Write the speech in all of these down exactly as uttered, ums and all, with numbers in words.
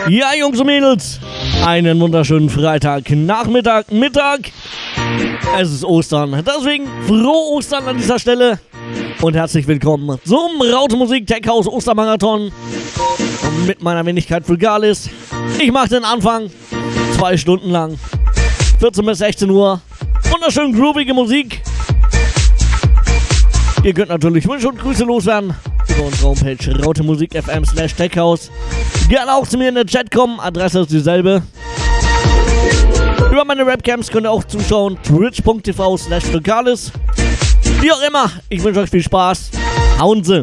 Ja, Jungs und Mädels, einen wunderschönen Freitag, Nachmittag, Mittag. Es ist Ostern, deswegen frohe Ostern an dieser Stelle und herzlich willkommen zum Raute Musik Tech House Ostermarathon mit meiner Wenigkeit Vulgaris. Ich mache den Anfang, zwei Stunden lang, vierzehn bis sechzehn Uhr, wunderschön groovige Musik. Ihr könnt natürlich Wünsche und Grüße loswerden über unsere Homepage rautemusik.fm slash techhouse. Gerne auch zu mir in den Chat kommen, Adresse ist dieselbe. Über meine Webcams könnt ihr auch zuschauen, twitch.tv slash vulgaris. Wie auch immer, ich wünsche euch viel Spaß. Hauen Sie!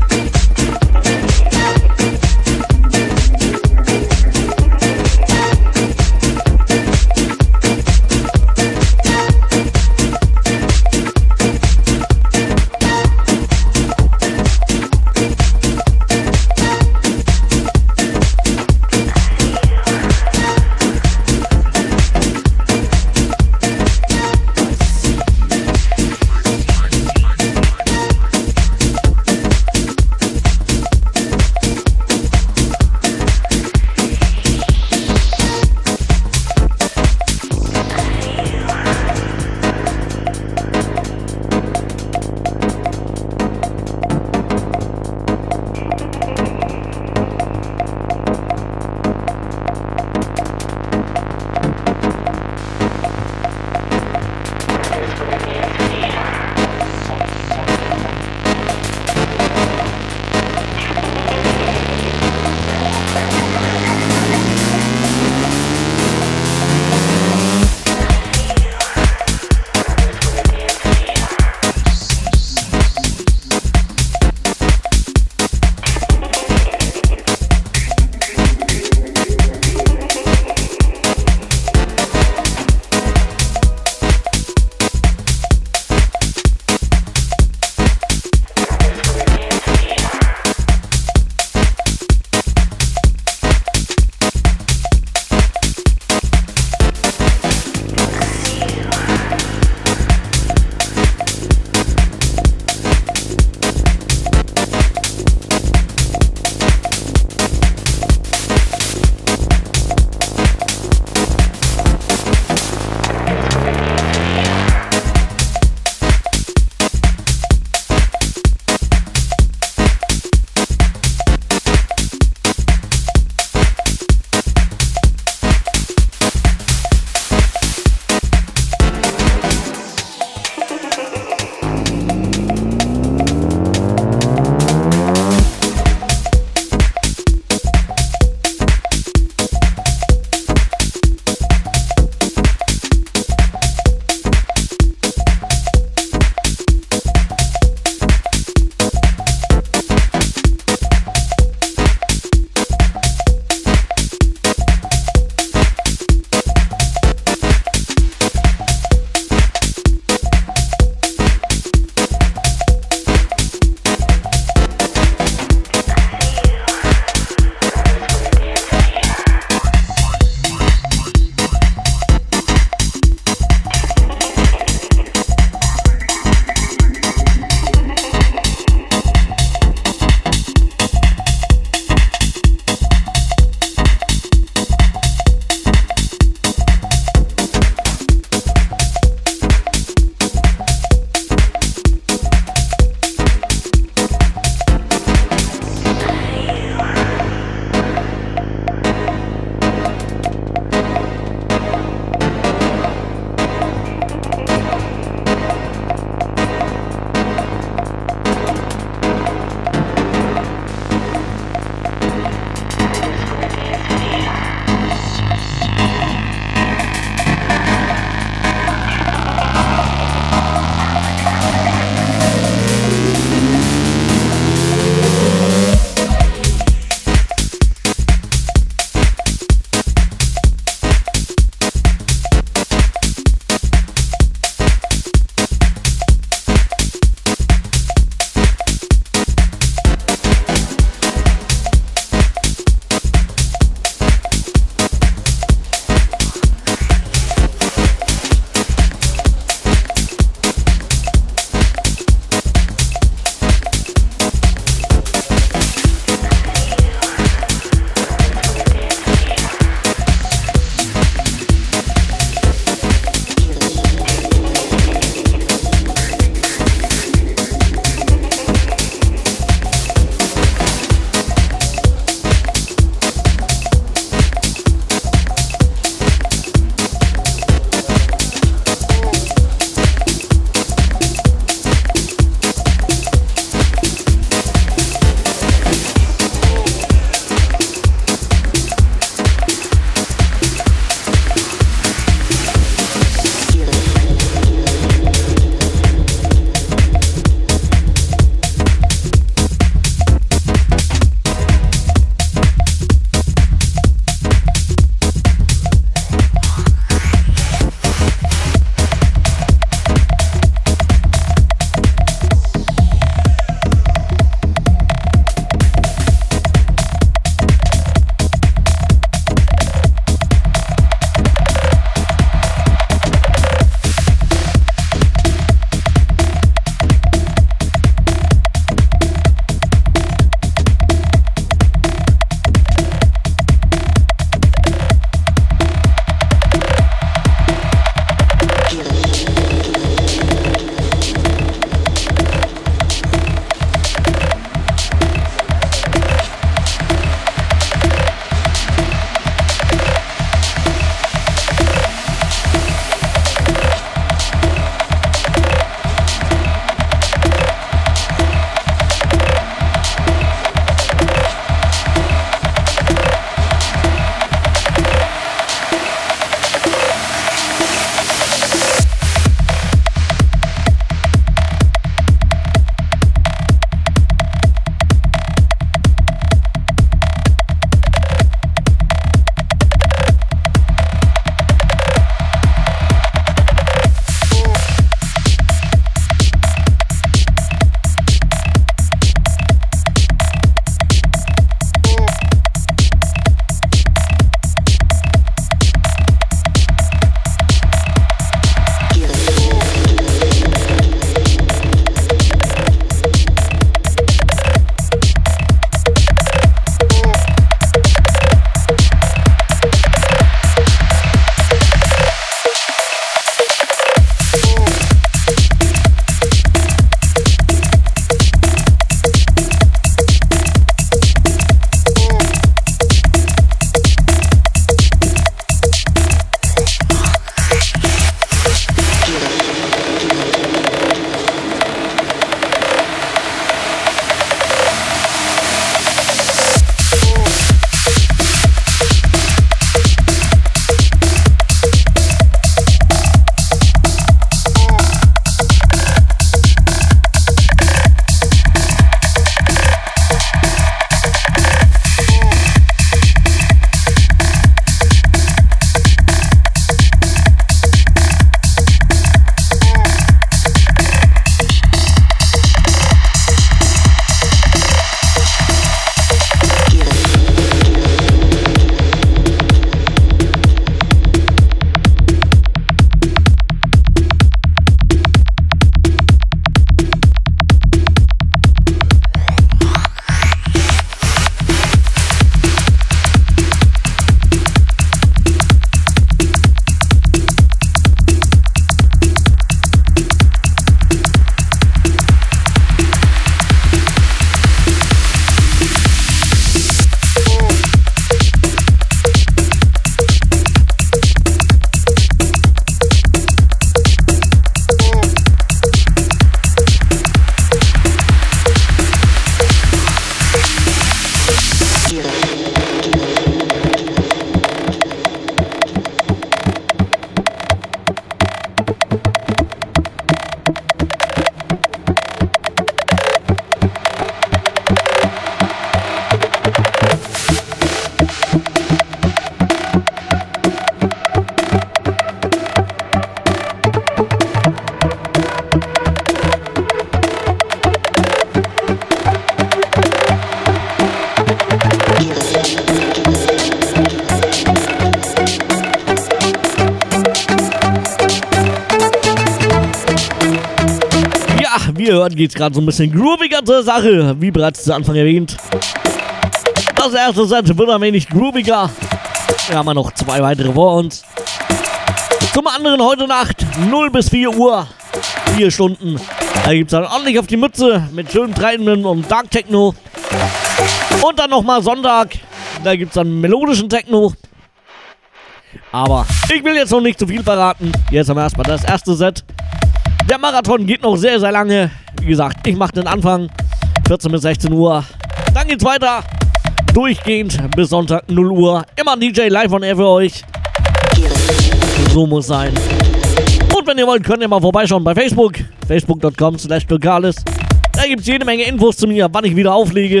wie ihr hört, geht es gerade so ein bisschen grooviger zur Sache, wie bereits zu Anfang erwähnt. Das erste Set wird ein wenig grooviger. Wir haben noch zwei weitere vor uns. Zum anderen heute Nacht null bis vier Uhr, vier Stunden. Da gibt es dann ordentlich auf die Mütze mit schönem treibenden und Dark Techno. Und dann nochmal Sonntag, da gibt es dann melodischen Techno. Aber ich will jetzt noch nicht zu viel verraten. Jetzt haben wir erstmal das erste Set. Der Marathon geht noch sehr, sehr lange. Wie gesagt, ich mache den Anfang vierzehn bis sechzehn Uhr. Dann geht's weiter. Durchgehend bis Sonntag null Uhr. Immer D J live on air für euch. So muss sein. Und wenn ihr wollt, könnt ihr mal vorbeischauen bei Facebook. Facebook punkt com slash Lokalis. Da gibt es jede Menge Infos zu mir, wann ich wieder auflege.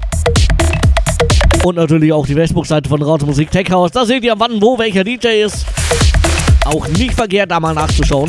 Und natürlich auch die Facebook-Seite von Raute Musik Tech House. Da seht ihr, wann, wo, welcher D J ist. Auch nicht verkehrt, da mal nachzuschauen.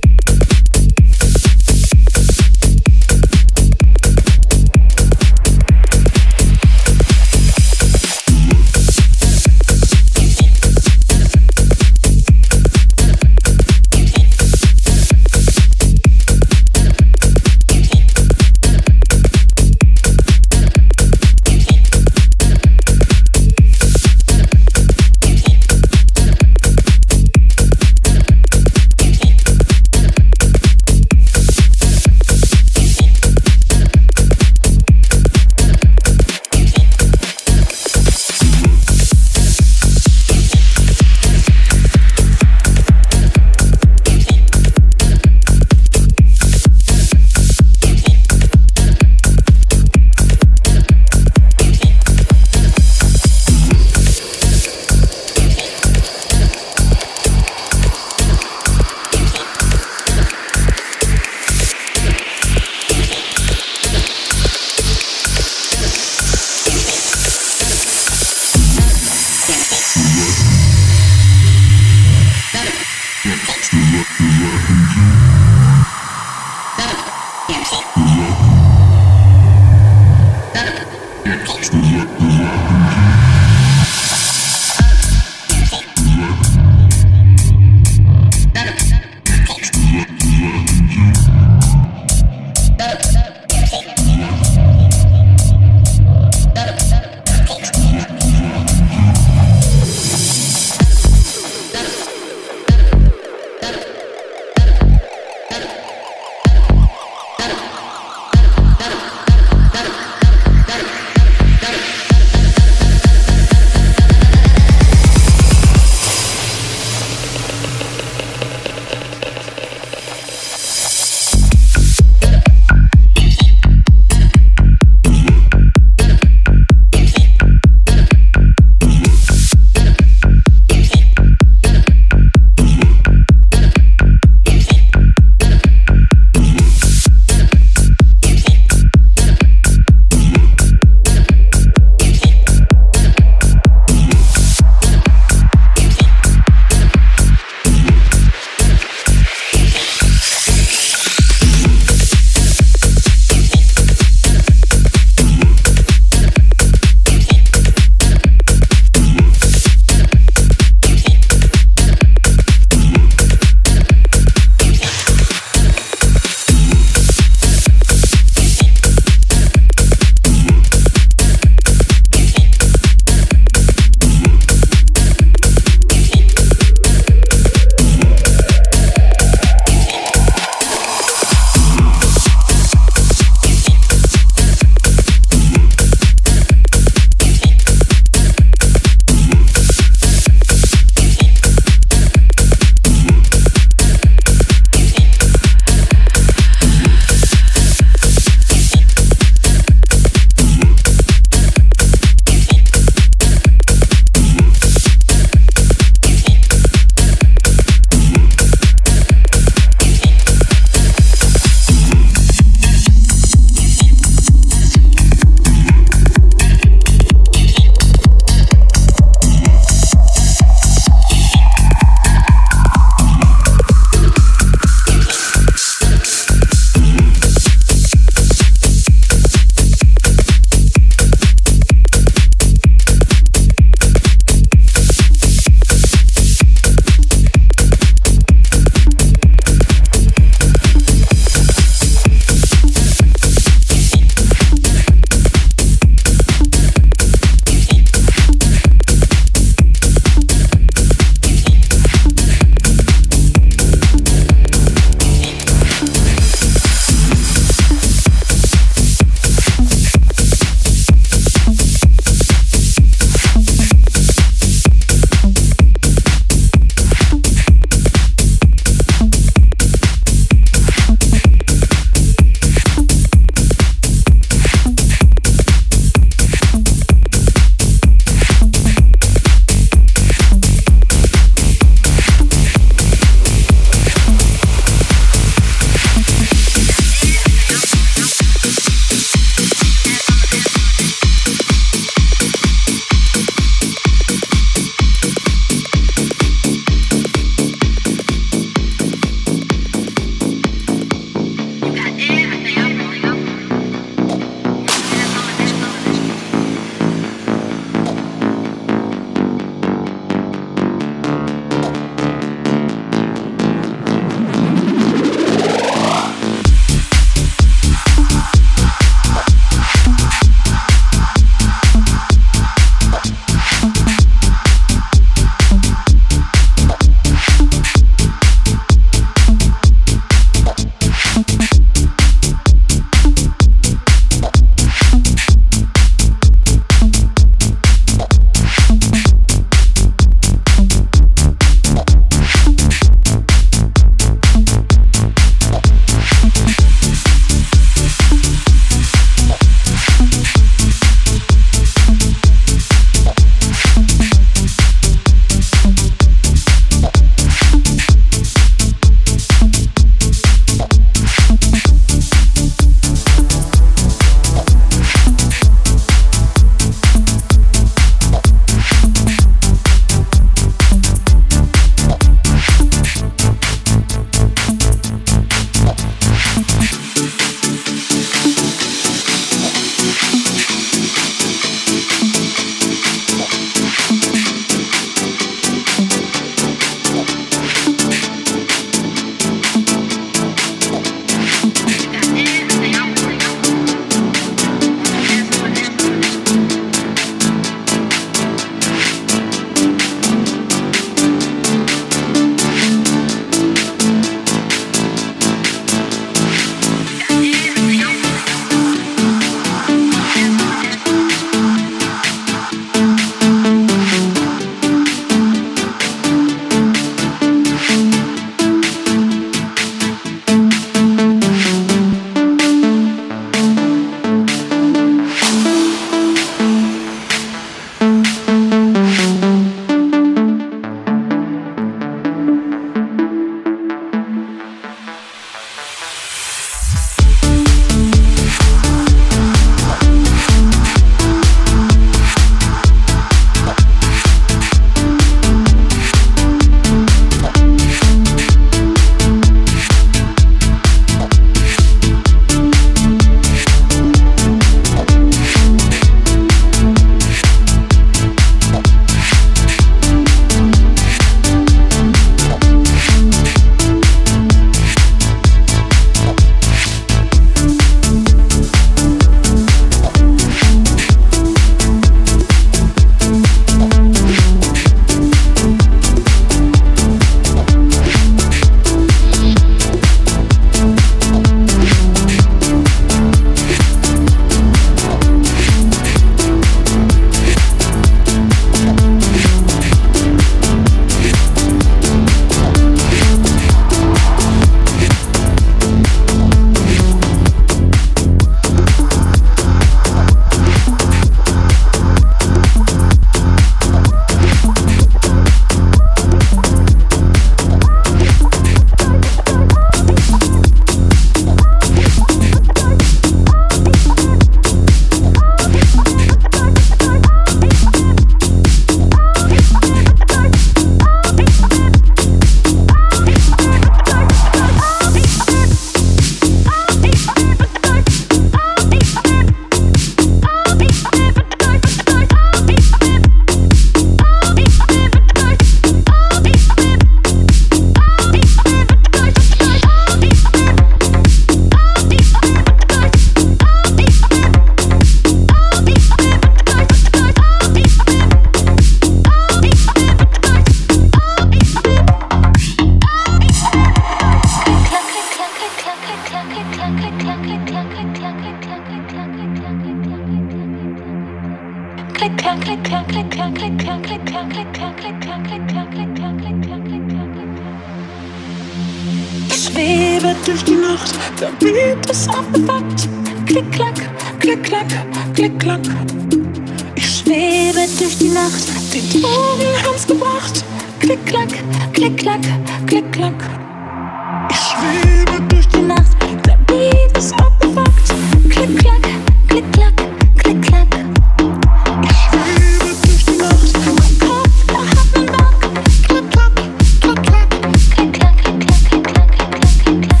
Ich schwebe durch die Nacht, der Beat ist aufgewacht. Klick, klack, klick, klack, klick, klack. Ich schwebe durch die Nacht, die Drogen haben's gebracht. Klick, klack, klick, klack, klick, klack. Ich schwebe durch die Nacht, der Beat ist aufgewacht. Klick, klack, klick, klack, klick, klack. Ich schwebe durch die Nacht, mein Kopf, der hat nen Bock. Klick, klack, klick, klack, klick, klack, klick, klack, klick, klack,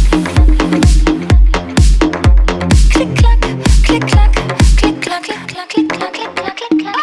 klick, klack, klick, klack, klick, klack, klick, klack, klick, klack, klick, klack, klick, klack, klick, klack.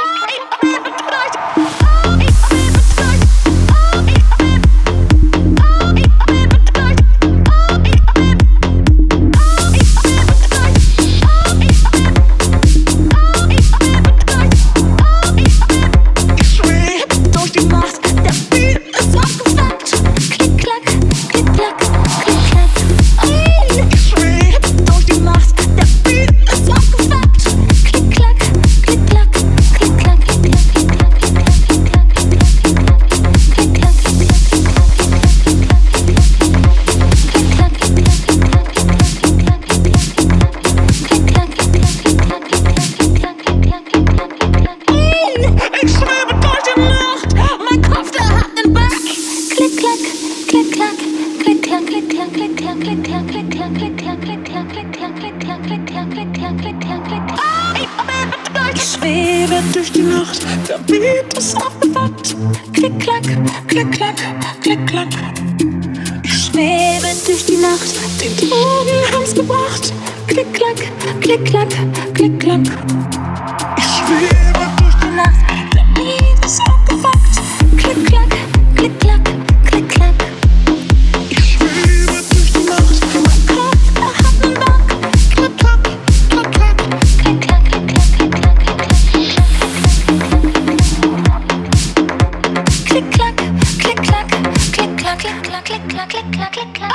Ich schwebe durch die Nacht, der Beat ist aufgewacht. Klick, klack, klick, klack, klick, klack. Ich schwebe durch die Nacht, die Drogen haben's gebracht. Klick, klack, klick, klack, klick, klack. Ich schwebe durch die Nacht, der Beat ist aufgewacht. Klick, klack, klick, klack, klick, klack. Ich schwebe durch die Nacht, mein Kopf, er hat nen Bock. Klick, klack, klick, klack, klick, klack, klick, klack, klick, klack, klick, klack. Klick, klack, klick, klack, klick, klack, klick, klack, klick, klack, klick, klack, klick, klack.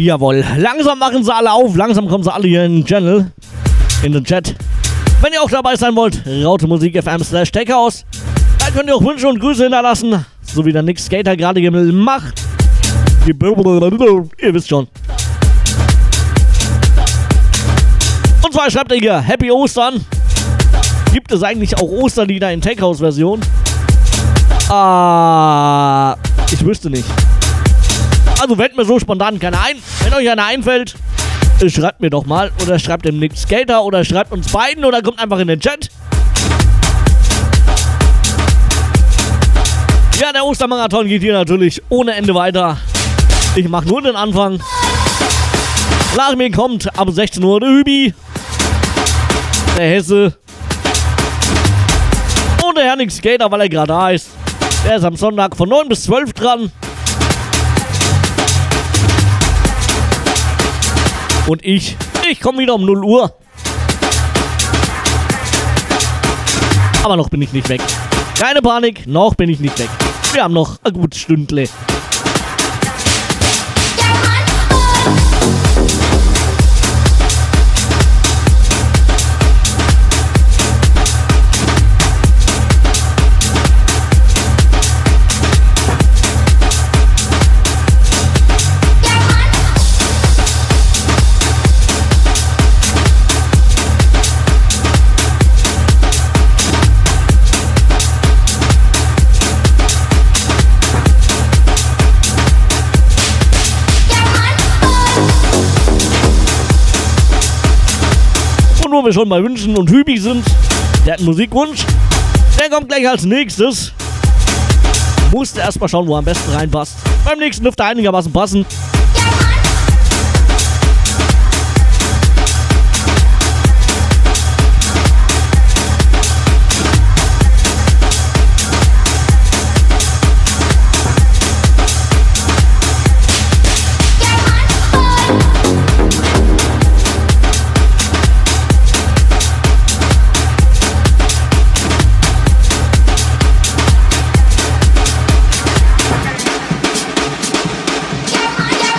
Jawohl, langsam machen sie alle auf, langsam kommen sie alle hier in den Channel, in den Chat. Wenn ihr auch dabei sein wollt, Rautemusik F M slash Techhouse. Da könnt ihr auch Wünsche und Grüße hinterlassen, so wie der Nick Skater gerade macht. Ihr wisst schon. Und zwar schreibt ihr hier, Happy Ostern. Gibt es eigentlich auch Osterlieder in Techhouse-Version? Ah, ich wüsste nicht. Also fällt mir so spontan keiner ein. Wenn euch einer einfällt, schreibt mir doch mal. Oder schreibt dem Nick Skater oder schreibt uns beiden oder kommt einfach in den Chat. Ja, der Ostermarathon geht hier natürlich ohne Ende weiter. Ich mache nur den Anfang. Nach mir kommt ab sechzehn Uhr der Hübi, der Hesse und der Herr Nick Skater, weil er gerade da ist. Der ist am Sonntag von neun bis zwölf dran. Und ich, ich komme wieder um null Uhr. Aber noch bin ich nicht weg. Keine Panik, noch bin ich nicht weg. Wir haben noch ein gutes Stündle. Wo wir schon bei Wünschen und Hübi sind, der hat einen Musikwunsch. Der kommt gleich als nächstes. Musste erstmal schauen, wo er am besten reinpasst. Beim nächsten dürfte er einigermaßen passen. Yeah.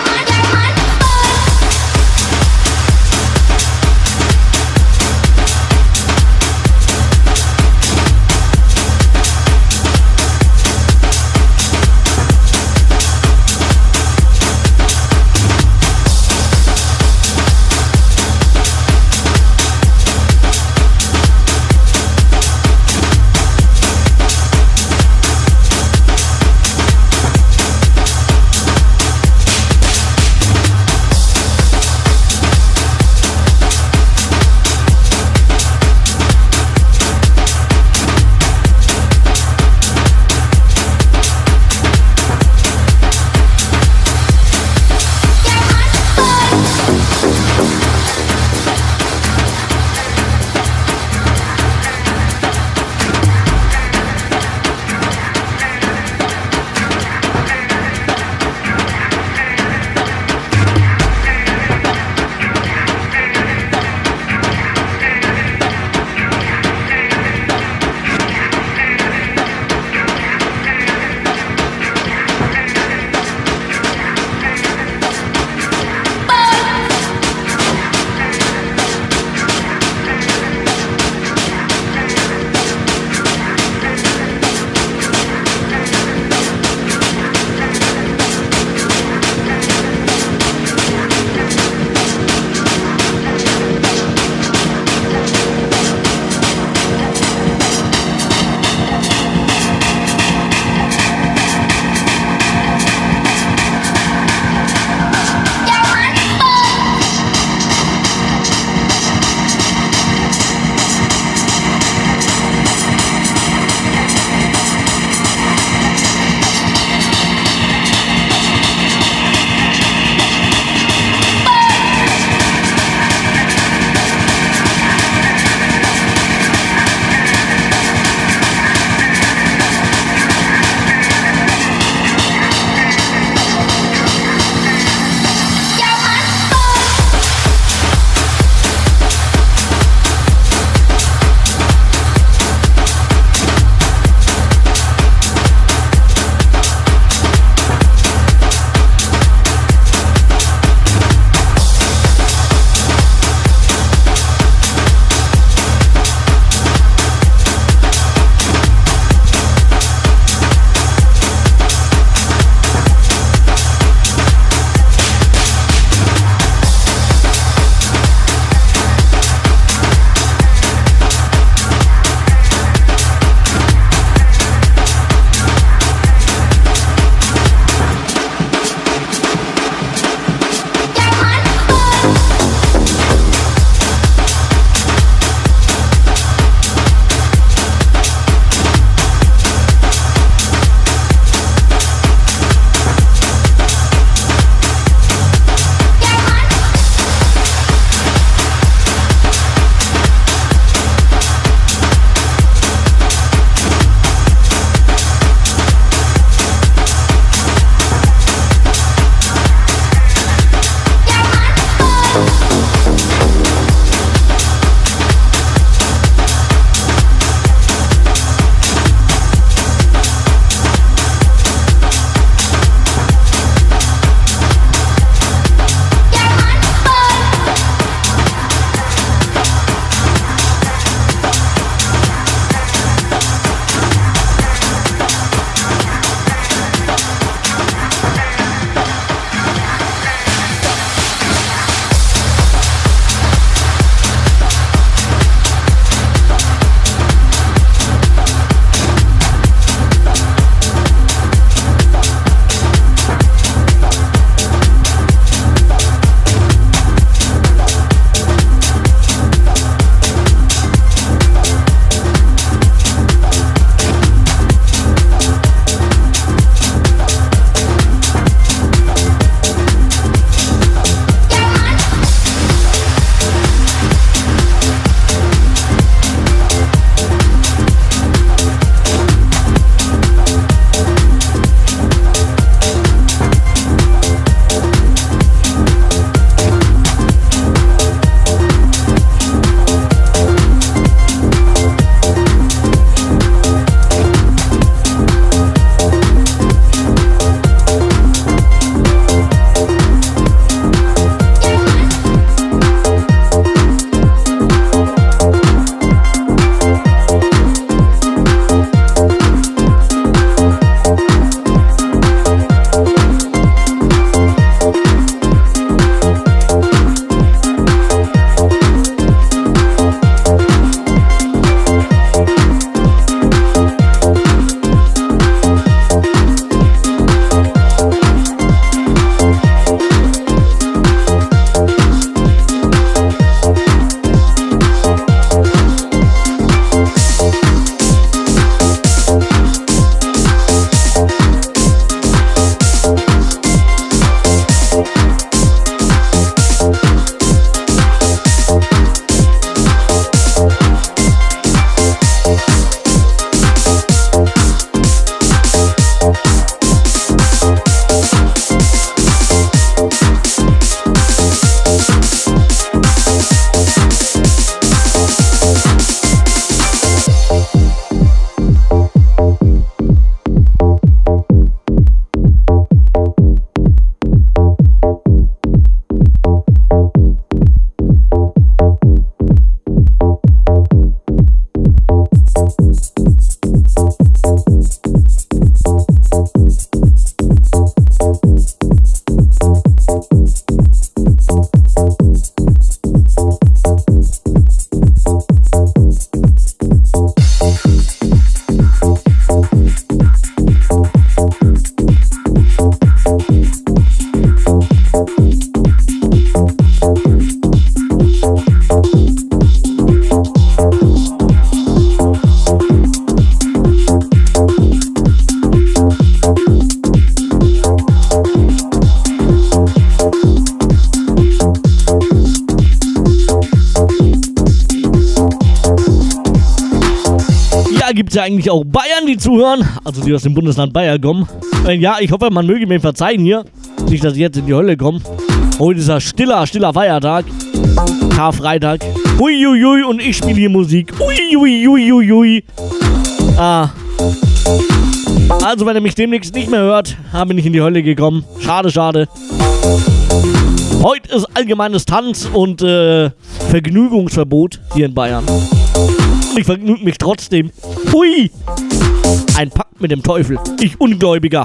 Gibt es ja eigentlich auch Bayern, die zuhören, also die aus dem Bundesland Bayern kommen. Äh, ja, ich hoffe, man möge mir verzeihen hier. Nicht, dass ich jetzt in die Hölle komme. Heute ist ein stiller, stiller Feiertag. Karfreitag. Uiuiui, und ich spiele hier Musik. Uiuiuiui. Ah. Also, wenn ihr mich demnächst nicht mehr hört, bin ich in die Hölle gekommen. Schade, schade. Heute ist allgemeines Tanz- und äh, Vergnügungsverbot hier in Bayern. Ich vergnüge mich trotzdem. Ui! Ein Pakt mit dem Teufel. Ich Ungläubiger.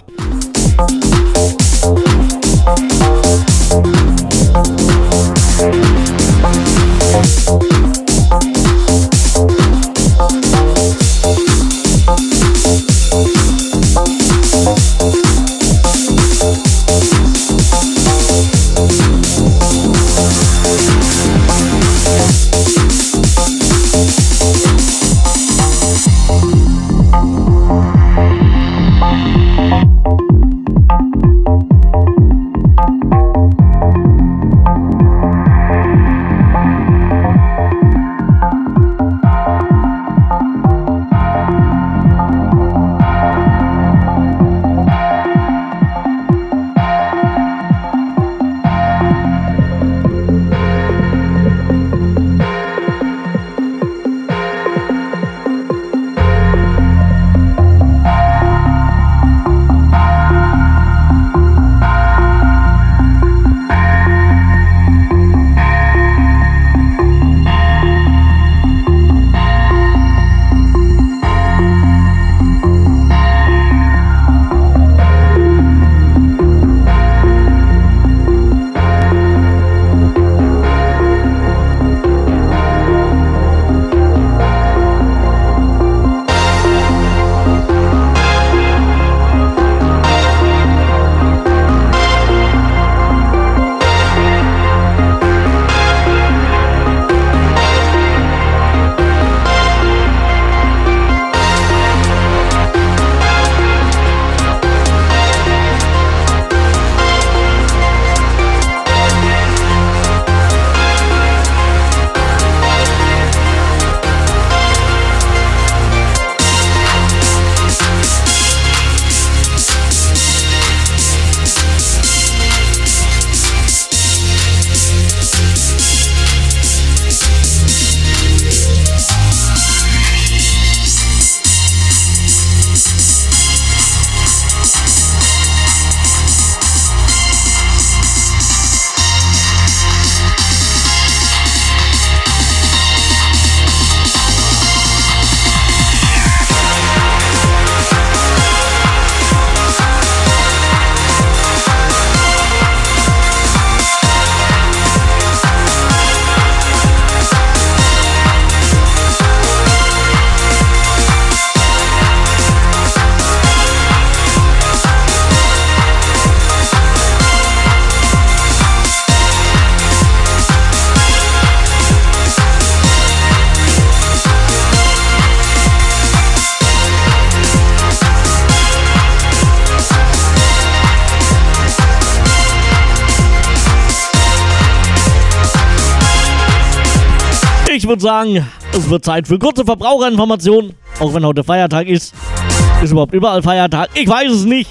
Ich würde sagen, es wird Zeit für kurze Verbraucherinformationen. Auch wenn heute Feiertag ist. Ist überhaupt überall Feiertag? Ich weiß es nicht.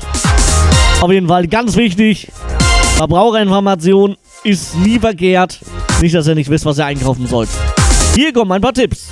Auf jeden Fall ganz wichtig. Verbraucherinformation ist nie verkehrt. Nicht, dass ihr nicht wisst, was ihr einkaufen sollt. Hier kommen ein paar Tipps.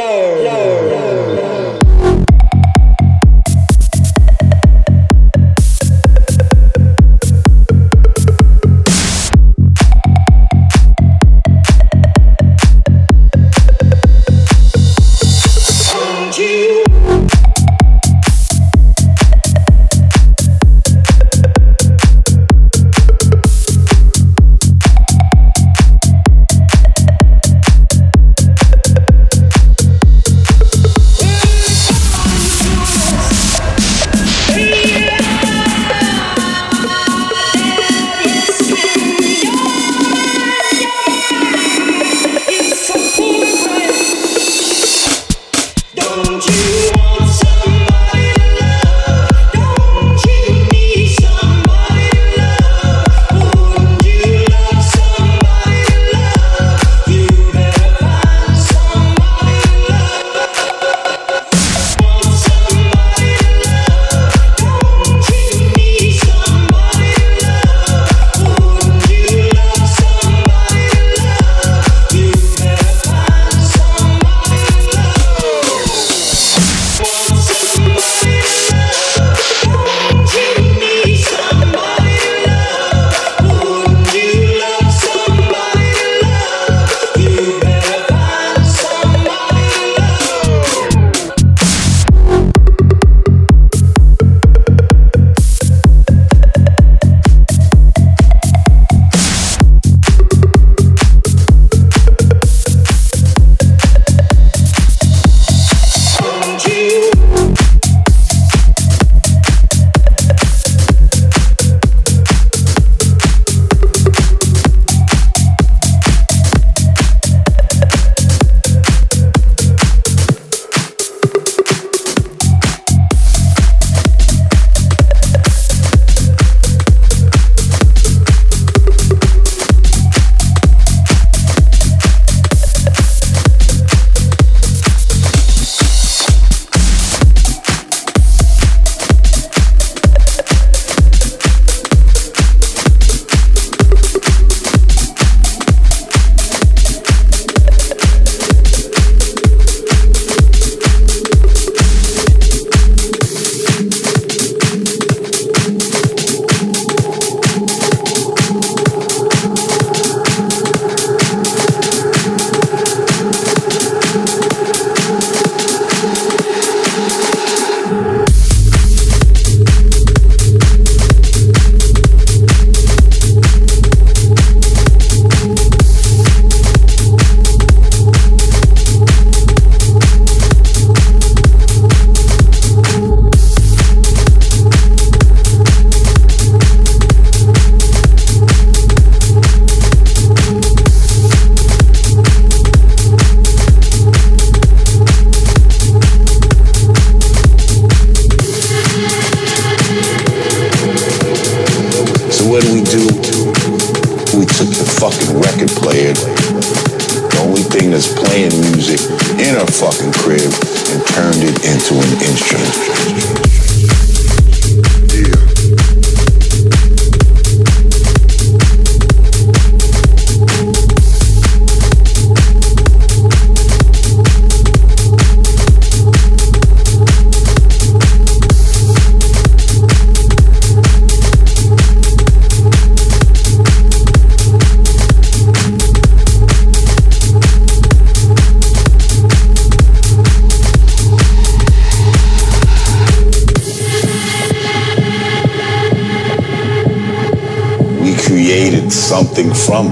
Something from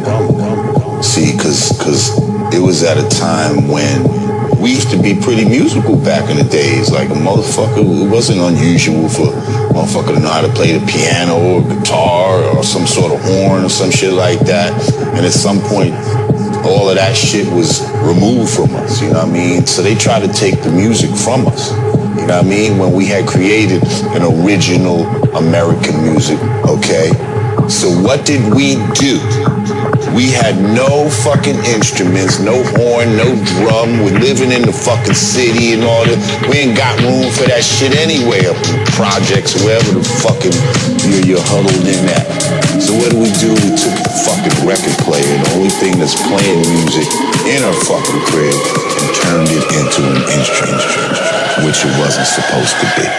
them. See, because because it was at a time when we used to be pretty musical back in the days. Like a motherfucker, it wasn't unusual for a motherfucker to know how to play the piano or guitar or some sort of horn or some shit like that. And at some point, all of that shit was removed from us, you know what I mean? So they tried to take the music from us, you know what I mean? When we had created an original American music, okay? So what did we do? We had no fucking instruments, no horn, no drum. We're living in the fucking city and all that. We ain't got room for that shit anyway up in the projects, wherever the fucking you're, you're huddled in at. So what do we do? We took the fucking record player, the only thing that's playing music in our fucking crib, and turned it into an instrument, which it wasn't supposed to be.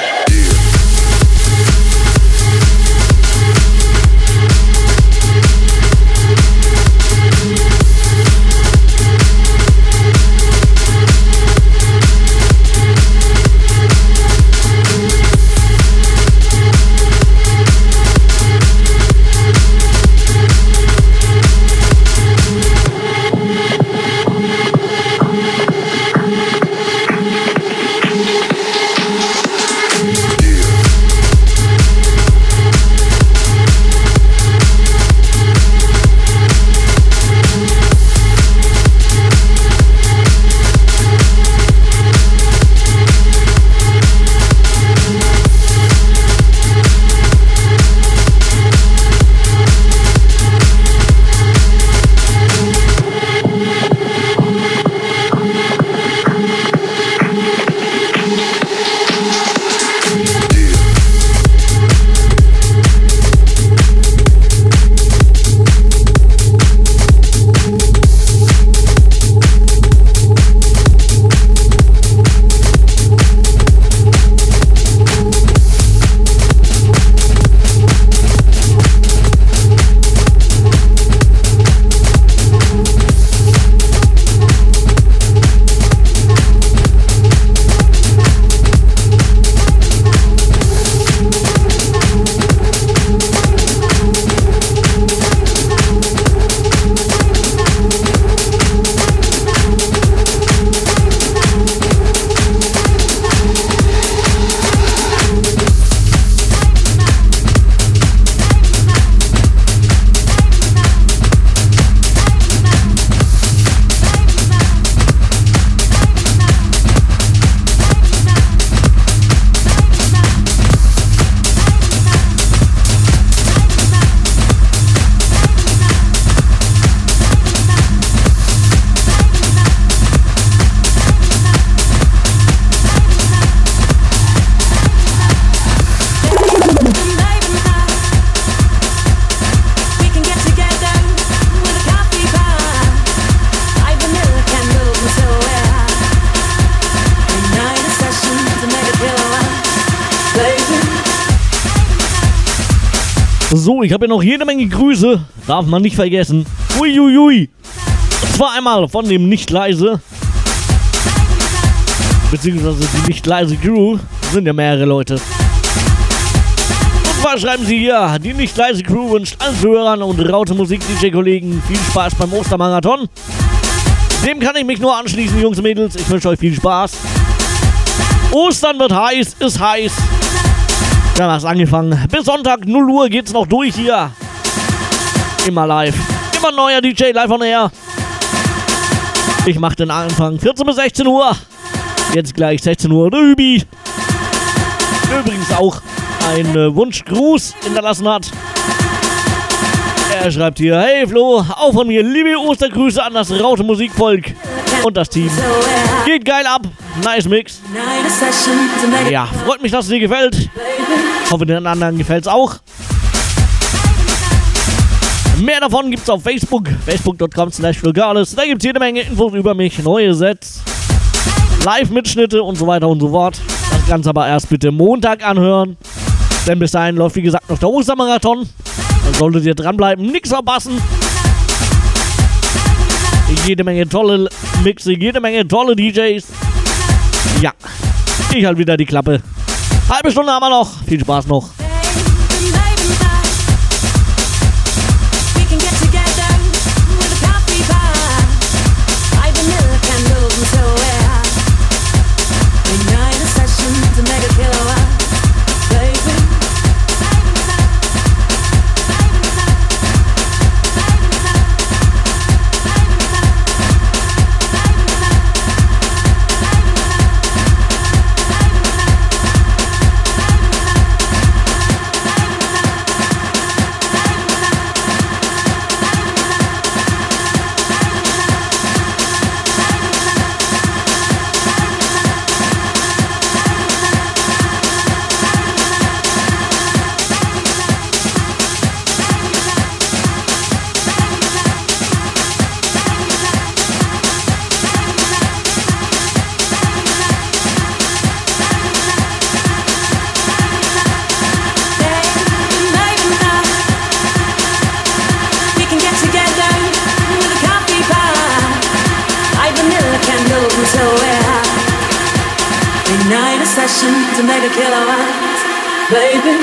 So, ich habe hier noch jede Menge Grüße. Darf man nicht vergessen. Uiuiui. Und zwar einmal von dem Nicht Leise. Beziehungsweise die Nicht Leise Crew. Das sind ja mehrere Leute. Und zwar schreiben sie hier, die Nicht Leise Crew wünscht allen Zuhörern und Raute Musik D J-Kollegen viel Spaß beim Ostermarathon. Dem kann ich mich nur anschließen, Jungs und Mädels. Ich wünsche euch viel Spaß. Ostern wird heiß, ist heiß. Ja, was angefangen. Bis Sonntag null Uhr geht's noch durch hier. Immer live. Immer neuer D J, live on air. Ich mach den Anfang vierzehn bis sechzehn Uhr. Jetzt gleich sechzehn Uhr Rübi. Übrigens auch ein äh, Wunschgruß hinterlassen hat. Er schreibt hier, hey Flo, auch von mir liebe Ostergrüße an das Raute Musikvolk und das Team. Geht geil ab, nice Mix. Ja, freut mich, dass es dir gefällt. Hoffe, den anderen gefällt's auch. Mehr davon gibt's auf Facebook, facebook punkt com slash Flogales. Da gibt's jede Menge Infos über mich, neue Sets, Live-Mitschnitte und so weiter und so fort. Das Ganze aber erst bitte Montag anhören. Denn bis dahin läuft, wie gesagt, noch der Ostermarathon. Dann solltet ihr dranbleiben, nichts verpassen. Jede Menge tolle Mixe, jede Menge tolle D Js. Ja, ich halt wieder die Klappe. Halbe Stunde haben wir noch. Viel Spaß noch. session to make a kilowatt, baby.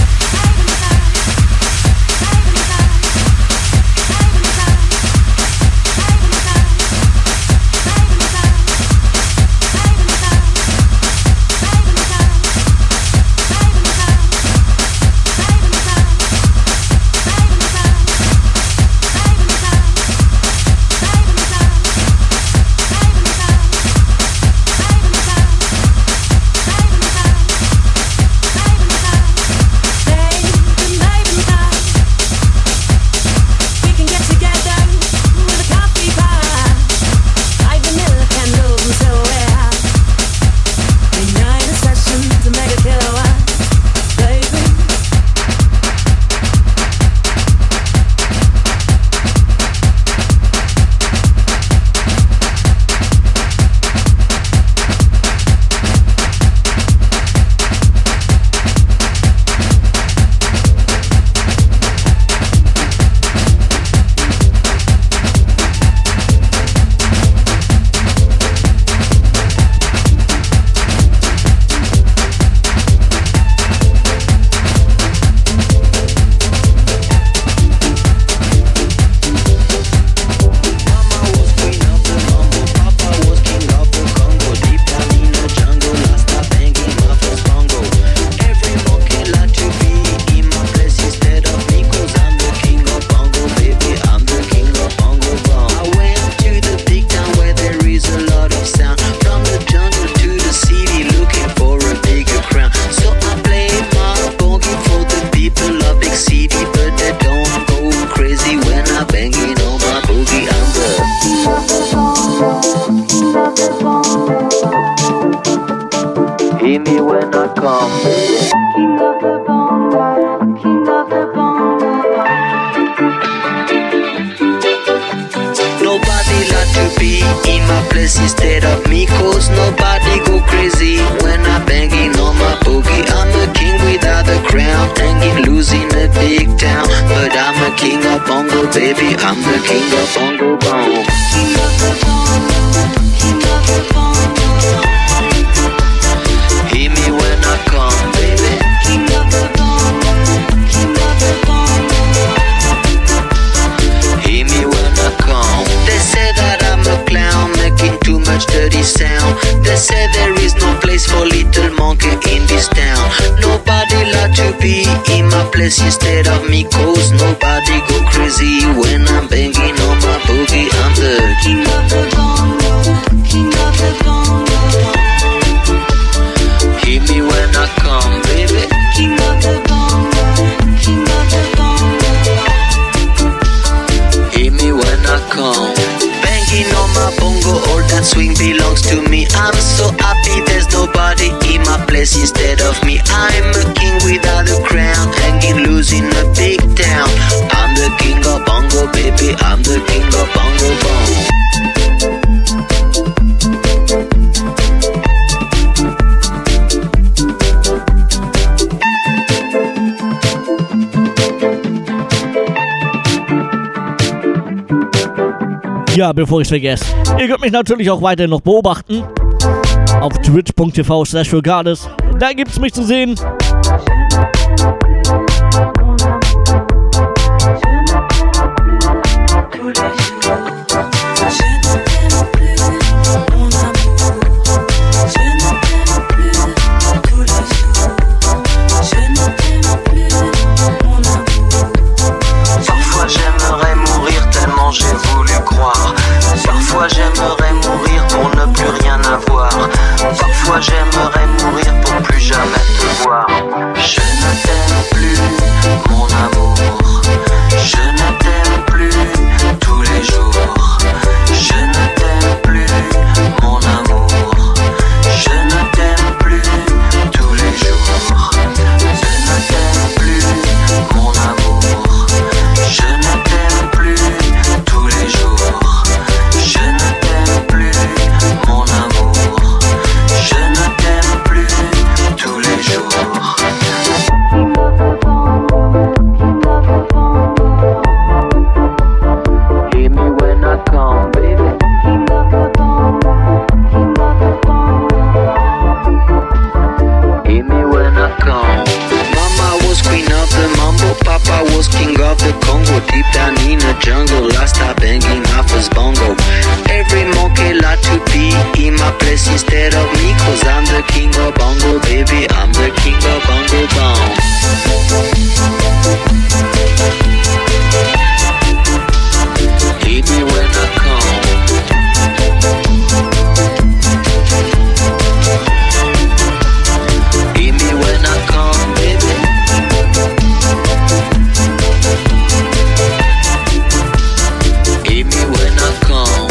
Instead of me, cause nobody go crazy when I'm banging on my boogie. I'm the king of the bongo, king of the bongo. Hear me when I come, baby. King of the bongo, king of the bongo. Hear me when I come. Banging on my bongo, all that swing belongs to me. I'm so happy there's nobody in my place instead of me. I'm a king without a crown, hanging loose in a big town. I'm the king of bongo, baby. I'm the king of bongo bong. Ja, bevor ich's vergesse, ihr könnt mich natürlich auch weiterhin noch beobachten auf twitch punkt t v slash Regardless. Da gibt's mich zu sehen. Parfois j'aimerais mourir pour ne plus rien avoir. Parfois j'aimerais mourir pour plus jamais te voir. Je ne t'aime baby, I'm the king of bongo bong. Hit me when I come. Hit me when I come, baby. Hit me when I come.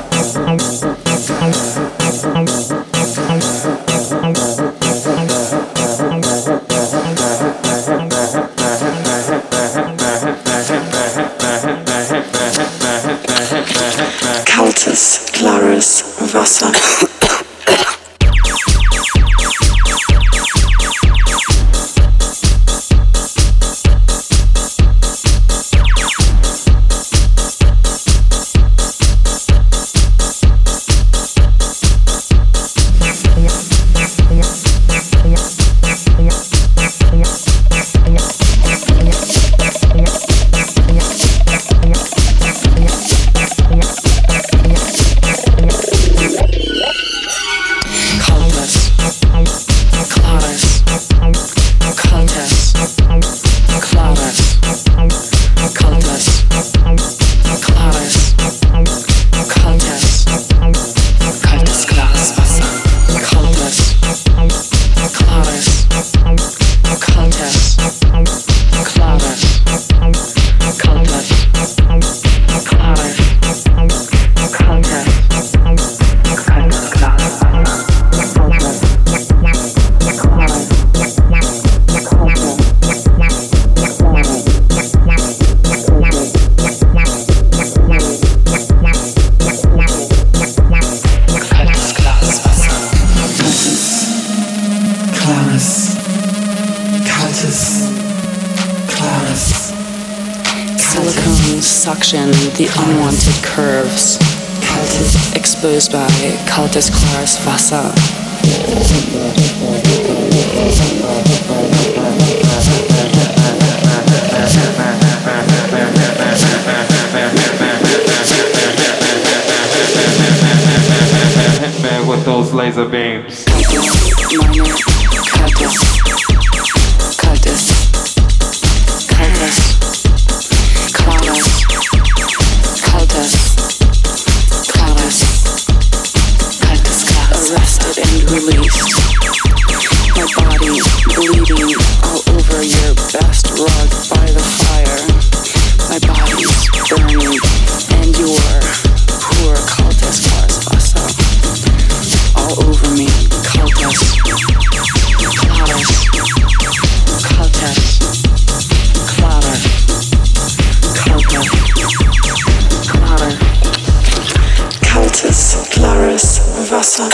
Kaltes, klares Wasser. The unwanted curves exposed by kaltes klares Wasser. Man with those laser beams. Kaltes, kaltes, kaltes, klares. Kaltes, klares, kaltes klares. Arrested and released. My body bleeding all over your best rug by the fire. My body's burning and your poor kaltes klares Wasser all over me. Kaltes, klares, kaltes, klares, kaltes. Kaltes, klares Wasser.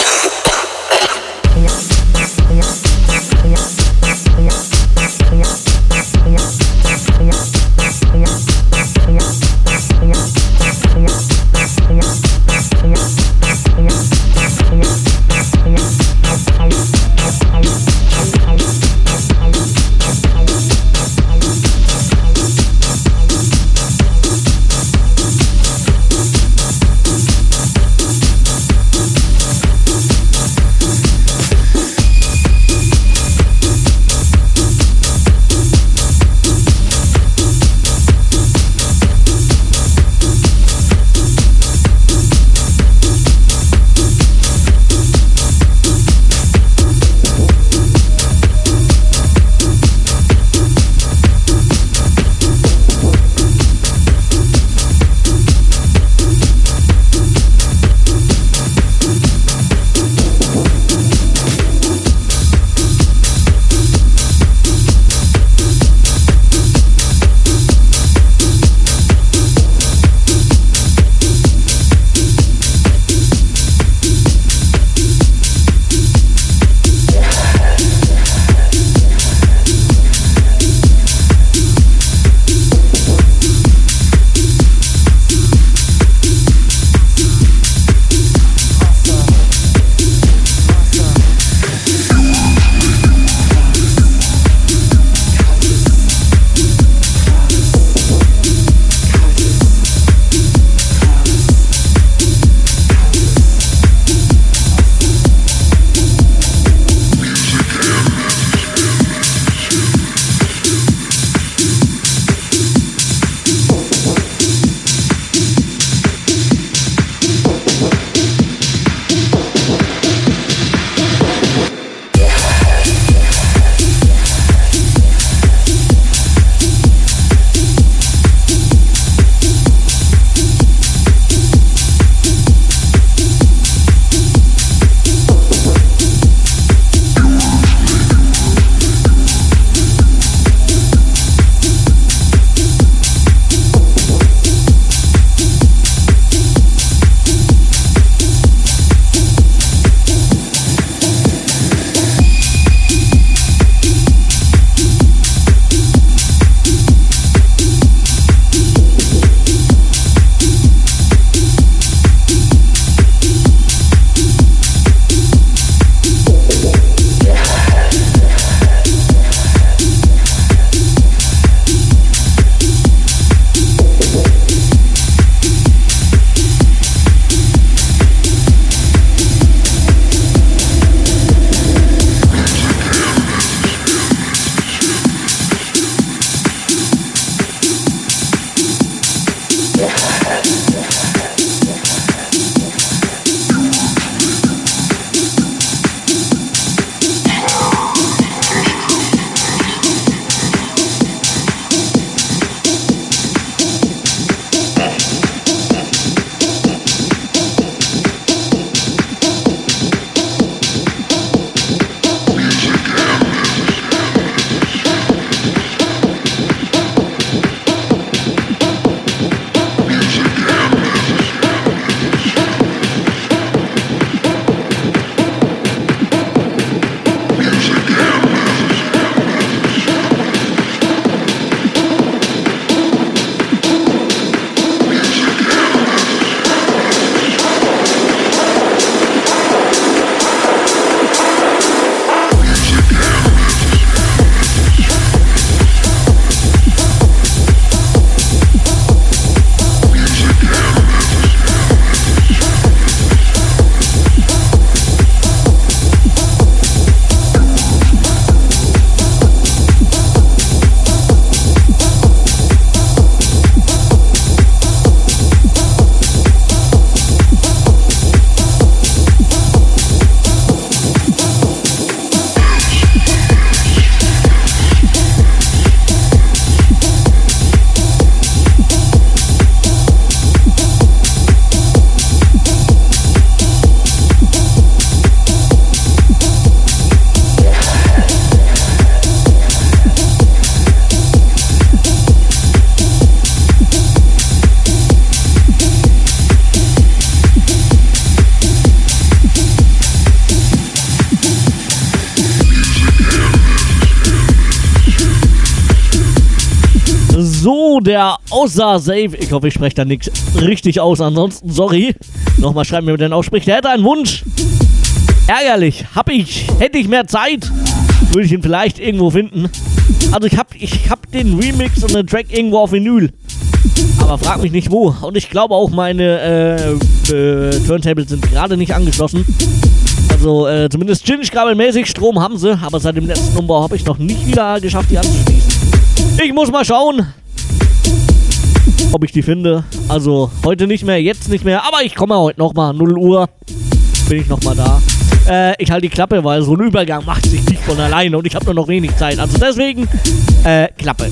der Außer Safe, ich hoffe, ich spreche da nichts richtig aus, ansonsten sorry. Nochmal schreiben, wie man den ausspricht. Der hätte einen Wunsch. Ärgerlich. Hab ich, hätte ich mehr Zeit, würde ich ihn vielleicht irgendwo finden. Also ich hab, ich hab den Remix und den Track irgendwo auf Vinyl. Aber frag mich nicht wo. Und ich glaube auch meine äh, äh, Turntables sind gerade nicht angeschlossen. Also äh, zumindest Ginch-kabelmäßig Strom haben sie. Aber seit dem letzten Umbau habe ich noch nicht wieder geschafft, die anzuschließen. Ich muss mal schauen, ob ich die finde. Also heute nicht mehr, jetzt nicht mehr. Aber ich komme heute nochmal. null Uhr bin ich nochmal da. Äh, ich halte die Klappe, weil so ein Übergang macht sich nicht von alleine. Und ich habe nur noch wenig Zeit. Also deswegen, äh, Klappe.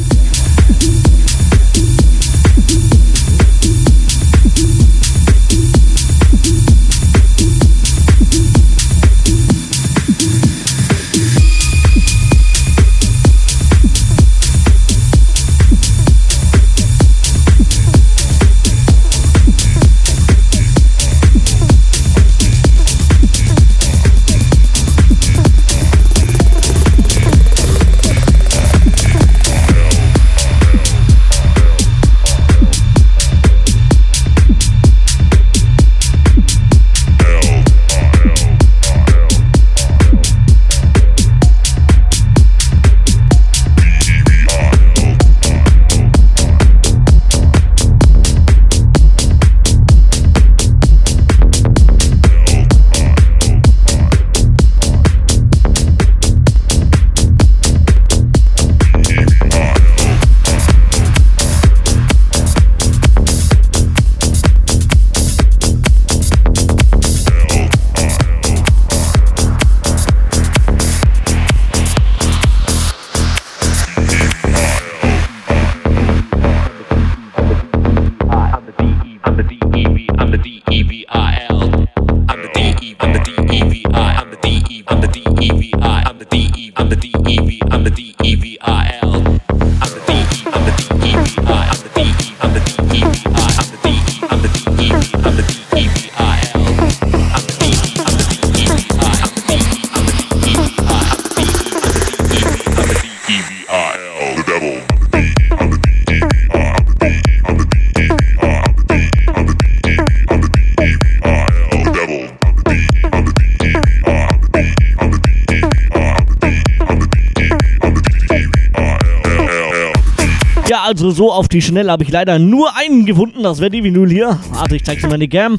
Also so auf die Schnelle habe ich leider nur einen gefunden. Das wäre die Vinyl hier. Warte, ich zeig's dir mal in die Cam.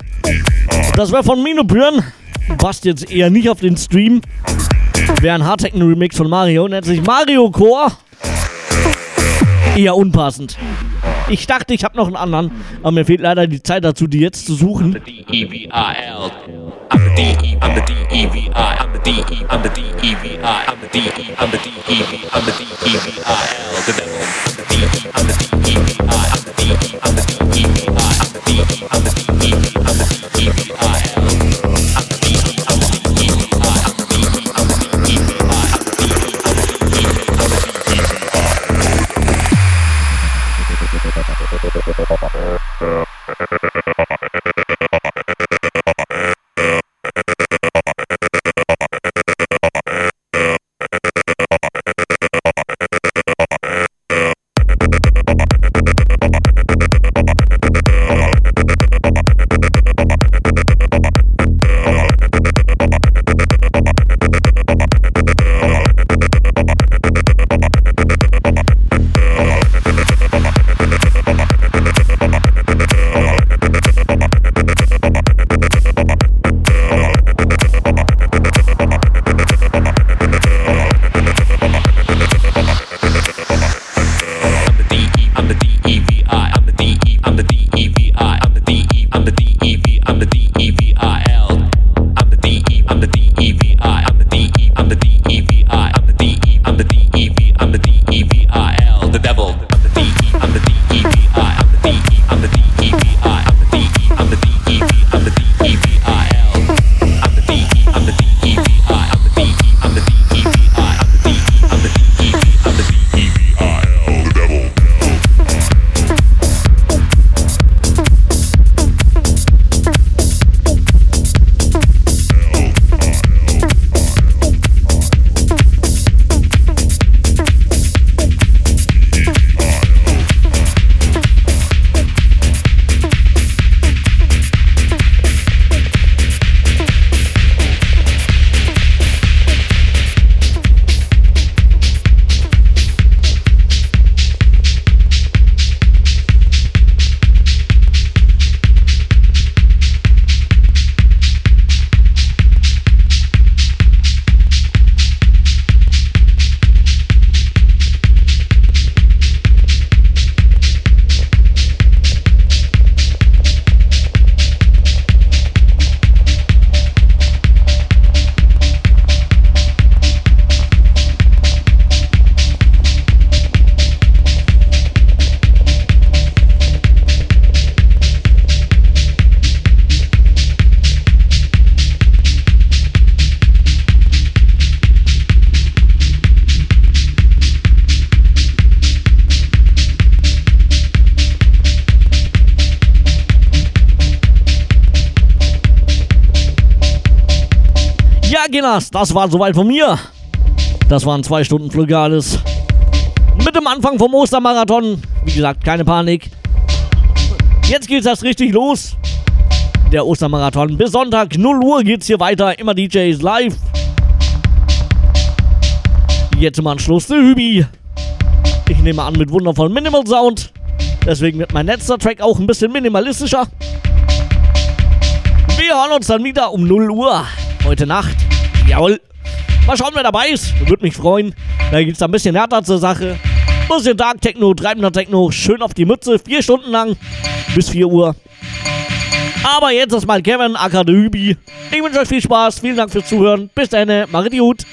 Das wäre von Mino Björn. Passt jetzt eher nicht auf den Stream. Wäre ein Hardtechno-Remix von Mario. Nennt sich Mario Core. Eher unpassend. Ich dachte, ich habe noch einen anderen. Aber mir fehlt leider die Zeit dazu, die jetzt zu suchen. I'm the D E V I. Ja, Ginas, das war soweit von mir. Das waren zwei Stunden Flugales. Mit dem Anfang vom Ostermarathon. Wie gesagt, keine Panik. Jetzt geht's erst richtig los. Der Ostermarathon. Bis Sonntag, null Uhr geht's hier weiter. Immer D Js live. Jetzt im Anschluss der Hübi. Ich nehme an mit wundervollem Minimal Sound. Deswegen wird mein letzter Track auch ein bisschen minimalistischer. Wir hören uns dann wieder um null Uhr. Heute Nacht. Jawohl. Mal schauen, wer dabei ist. Würde mich freuen. Da geht's ein bisschen härter zur Sache. Bisschen Dark Techno, treibender Techno. Schön auf die Mütze. Vier Stunden lang. Bis vier Uhr. Aber jetzt ist mal Kevin, aka der Hübi. Ich wünsche euch viel Spaß. Vielen Dank fürs Zuhören. Bis dann. Macht's gut.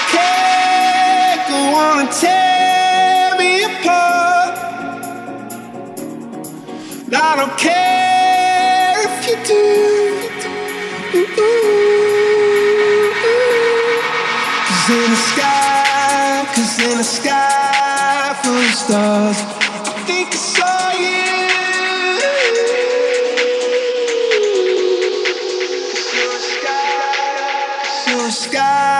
care, go on and tear me apart. I don't care if you do. Ooh, ooh, ooh. Cause in the sky, cause in the sky full of stars, I think I saw you. Cause you're a sky, cause you're a sky